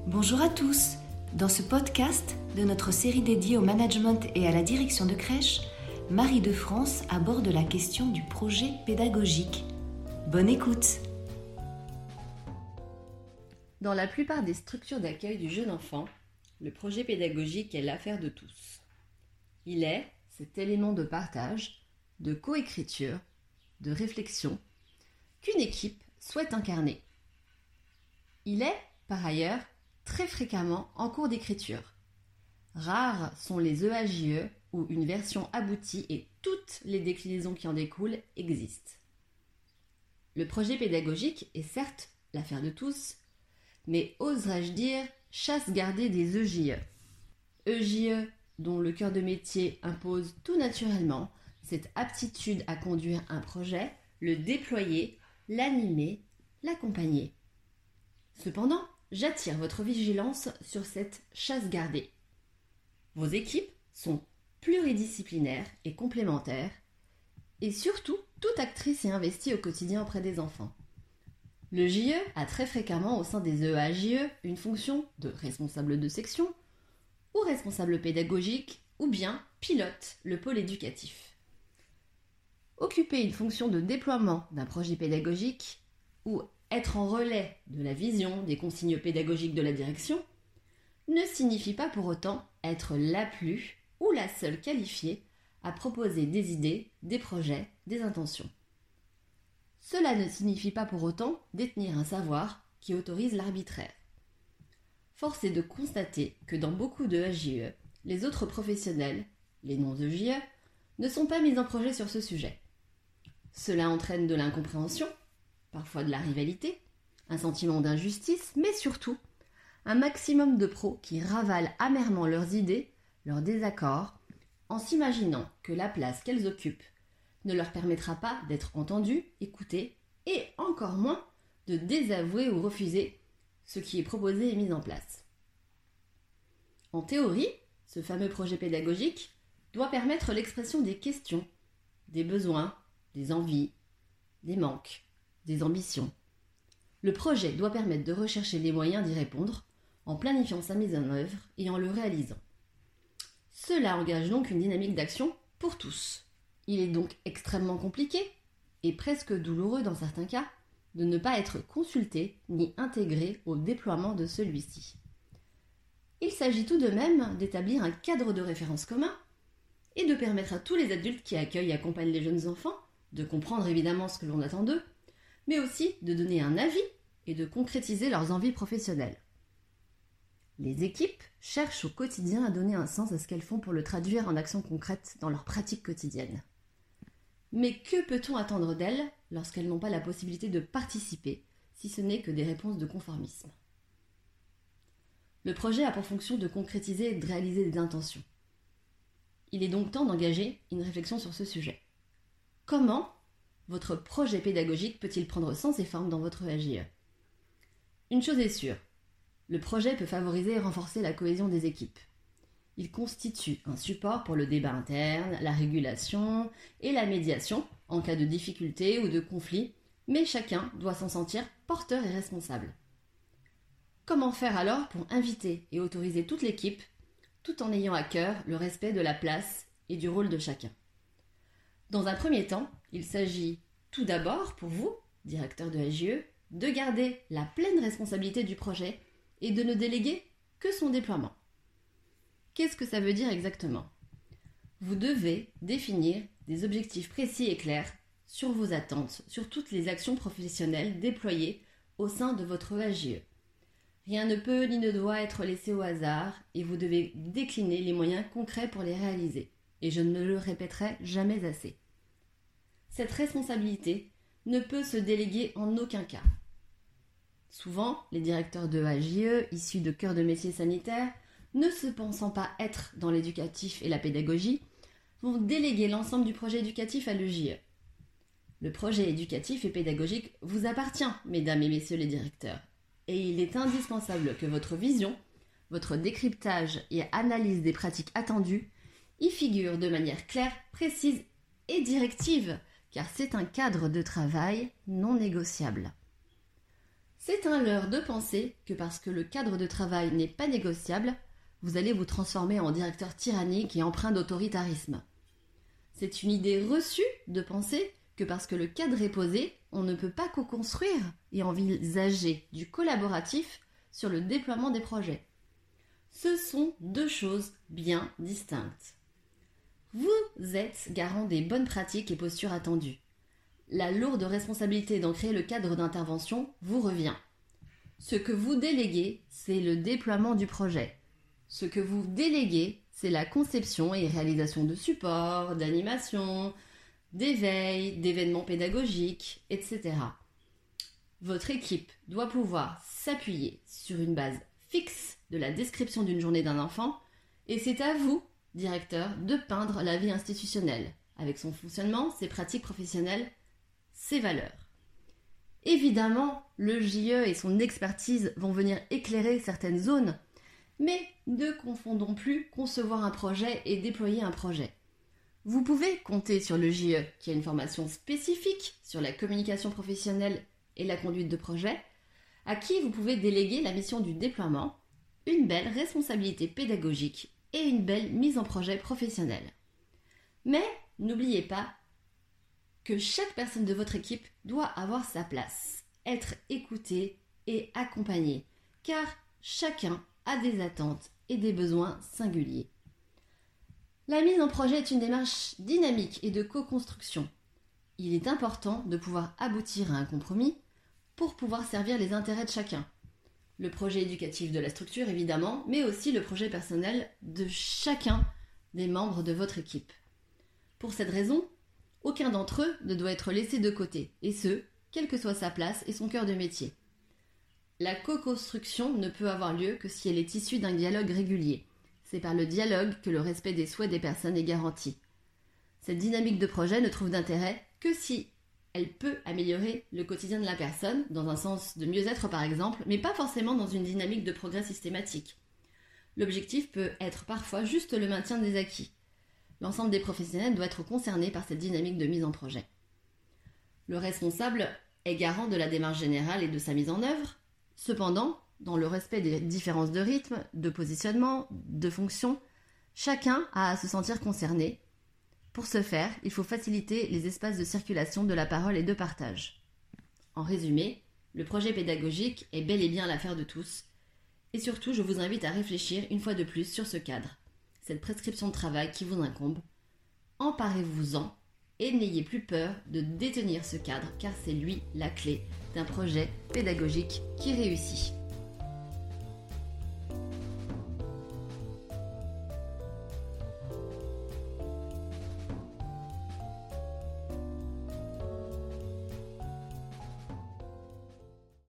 Bonjour à tous. Dans ce podcast de notre série dédiée au management et à la direction de crèche, Marie de France aborde la question du projet pédagogique. Bonne écoute. Dans la plupart des structures d'accueil du jeune enfant, le projet pédagogique est l'affaire de tous. Il est cet élément de partage, de coécriture, de réflexion qu'une équipe souhaite incarner. Il est, par ailleurs, très fréquemment en cours d'écriture. Rares sont les EAJE où une version aboutie et toutes les déclinaisons qui en découlent existent. Le projet pédagogique est certes l'affaire de tous, mais oserais-je dire chasse gardée des EJE. EJE dont le cœur de métier impose tout naturellement cette aptitude à conduire un projet, le déployer, l'animer, l'accompagner. Cependant, j'attire votre vigilance sur cette chasse gardée. Vos équipes sont pluridisciplinaires et complémentaires, et surtout toute actrice est investie au quotidien auprès des enfants. Le JE a très fréquemment au sein des EAJE une fonction de responsable de section, ou responsable pédagogique, ou bien pilote le pôle éducatif. Occuper une fonction de déploiement d'un projet pédagogique, ou être en relais de la vision des consignes pédagogiques de la direction, ne signifie pas pour autant être la plus ou la seule qualifiée à proposer des idées, des projets, des intentions. Cela ne signifie pas pour autant détenir un savoir qui autorise l'arbitraire. Force est de constater que dans beaucoup de AJE, les autres professionnels, les non-EJE, ne sont pas mis en projet sur ce sujet. Cela entraîne de l'incompréhension, parfois de la rivalité, un sentiment d'injustice, mais surtout un maximum de pros qui ravalent amèrement leurs idées, leurs désaccords, en s'imaginant que la place qu'elles occupent ne leur permettra pas d'être entendues, écoutées, et encore moins de désavouer ou refuser ce qui est proposé et mis en place. En théorie, ce fameux projet pédagogique doit permettre l'expression des questions, des besoins, des envies, des manques, des ambitions. Le projet doit permettre de rechercher les moyens d'y répondre en planifiant sa mise en œuvre et en le réalisant. Cela engage donc une dynamique d'action pour tous. Il est donc extrêmement compliqué, et presque douloureux dans certains cas, de ne pas être consulté ni intégré au déploiement de celui-ci. Il s'agit tout de même d'établir un cadre de référence commun et de permettre à tous les adultes qui accueillent et accompagnent les jeunes enfants de comprendre évidemment ce que l'on attend d'eux, mais aussi de donner un avis et de concrétiser leurs envies professionnelles. Les équipes cherchent au quotidien à donner un sens à ce qu'elles font pour le traduire en actions concrètes dans leur pratique quotidienne. Mais que peut-on attendre d'elles lorsqu'elles n'ont pas la possibilité de participer, si ce n'est que des réponses de conformisme ? Le projet a pour fonction de concrétiser et de réaliser des intentions. Il est donc temps d'engager une réflexion sur ce sujet. Comment votre projet pédagogique peut-il prendre sens et forme dans votre AJE ? Une chose est sûre, le projet peut favoriser et renforcer la cohésion des équipes. Il constitue un support pour le débat interne, la régulation et la médiation en cas de difficulté ou de conflit, mais chacun doit s'en sentir porteur et responsable. Comment faire alors pour inviter et autoriser toute l'équipe, tout en ayant à cœur le respect de la place et du rôle de chacun ? Dans un premier temps, il s'agit tout d'abord pour vous, directeur de AJE, de garder la pleine responsabilité du projet et de ne déléguer que son déploiement. Qu'est-ce que ça veut dire exactement ? Vous devez définir des objectifs précis et clairs sur vos attentes, sur toutes les actions professionnelles déployées au sein de votre AJE. Rien ne peut ni ne doit être laissé au hasard et vous devez décliner les moyens concrets pour les réaliser. Et je ne le répéterai jamais assez. Cette responsabilité ne peut se déléguer en aucun cas. Souvent, les directeurs de AJE, issus de cœurs de métiers sanitaires, ne se pensant pas être dans l'éducatif et la pédagogie, vont déléguer l'ensemble du projet éducatif à l'EJE. Le projet éducatif et pédagogique vous appartient, mesdames et messieurs les directeurs, et il est indispensable que votre vision, votre décryptage et analyse des pratiques attendues y figurent de manière claire, précise et directive, car c'est un cadre de travail non négociable. C'est un leurre de penser que parce que le cadre de travail n'est pas négociable, vous allez vous transformer en directeur tyrannique et empreint d'autoritarisme. C'est une idée reçue de penser que parce que le cadre est posé, on ne peut pas co-construire et envisager du collaboratif sur le déploiement des projets. Ce sont deux choses bien distinctes. Vous êtes garant des bonnes pratiques et postures attendues. La lourde responsabilité d'en créer le cadre d'intervention vous revient. Ce que vous déléguez, c'est le déploiement du projet. Ce que vous déléguez, c'est la conception et réalisation de supports, d'animations, d'éveil, d'événements pédagogiques, etc. Votre équipe doit pouvoir s'appuyer sur une base fixe de la description d'une journée d'un enfant et c'est à vous, directeur, de peindre la vie institutionnelle, avec son fonctionnement, ses pratiques professionnelles, ses valeurs. Évidemment, le JE et son expertise vont venir éclairer certaines zones, mais ne confondons plus concevoir un projet et déployer un projet. Vous pouvez compter sur le JE, qui a une formation spécifique sur la communication professionnelle et la conduite de projet, à qui vous pouvez déléguer la mission du déploiement, une belle responsabilité pédagogique et une belle mise en projet professionnelle. Mais n'oubliez pas que chaque personne de votre équipe doit avoir sa place, être écoutée et accompagnée, car chacun a des attentes et des besoins singuliers. La mise en projet est une démarche dynamique et de co-construction. Il est important de pouvoir aboutir à un compromis pour pouvoir servir les intérêts de chacun. Le projet éducatif de la structure, évidemment, mais aussi le projet personnel de chacun des membres de votre équipe. Pour cette raison, aucun d'entre eux ne doit être laissé de côté, et ce, quelle que soit sa place et son cœur de métier. La co-construction ne peut avoir lieu que si elle est issue d'un dialogue régulier. C'est par le dialogue que le respect des souhaits des personnes est garanti. Cette dynamique de projet ne trouve d'intérêt que si elle peut améliorer le quotidien de la personne, dans un sens de mieux-être par exemple, mais pas forcément dans une dynamique de progrès systématique. L'objectif peut être parfois juste le maintien des acquis. L'ensemble des professionnels doit être concerné par cette dynamique de mise en projet. Le responsable est garant de la démarche générale et de sa mise en œuvre. Cependant, dans le respect des différences de rythme, de positionnement, de fonction, chacun a à se sentir concerné. Pour ce faire, il faut faciliter les espaces de circulation de la parole et de partage. En résumé, le projet pédagogique est bel et bien l'affaire de tous. Et surtout, je vous invite à réfléchir une fois de plus sur ce cadre, cette prescription de travail qui vous incombe. Emparez-vous-en et n'ayez plus peur de détenir ce cadre, car c'est lui la clé d'un projet pédagogique qui réussit.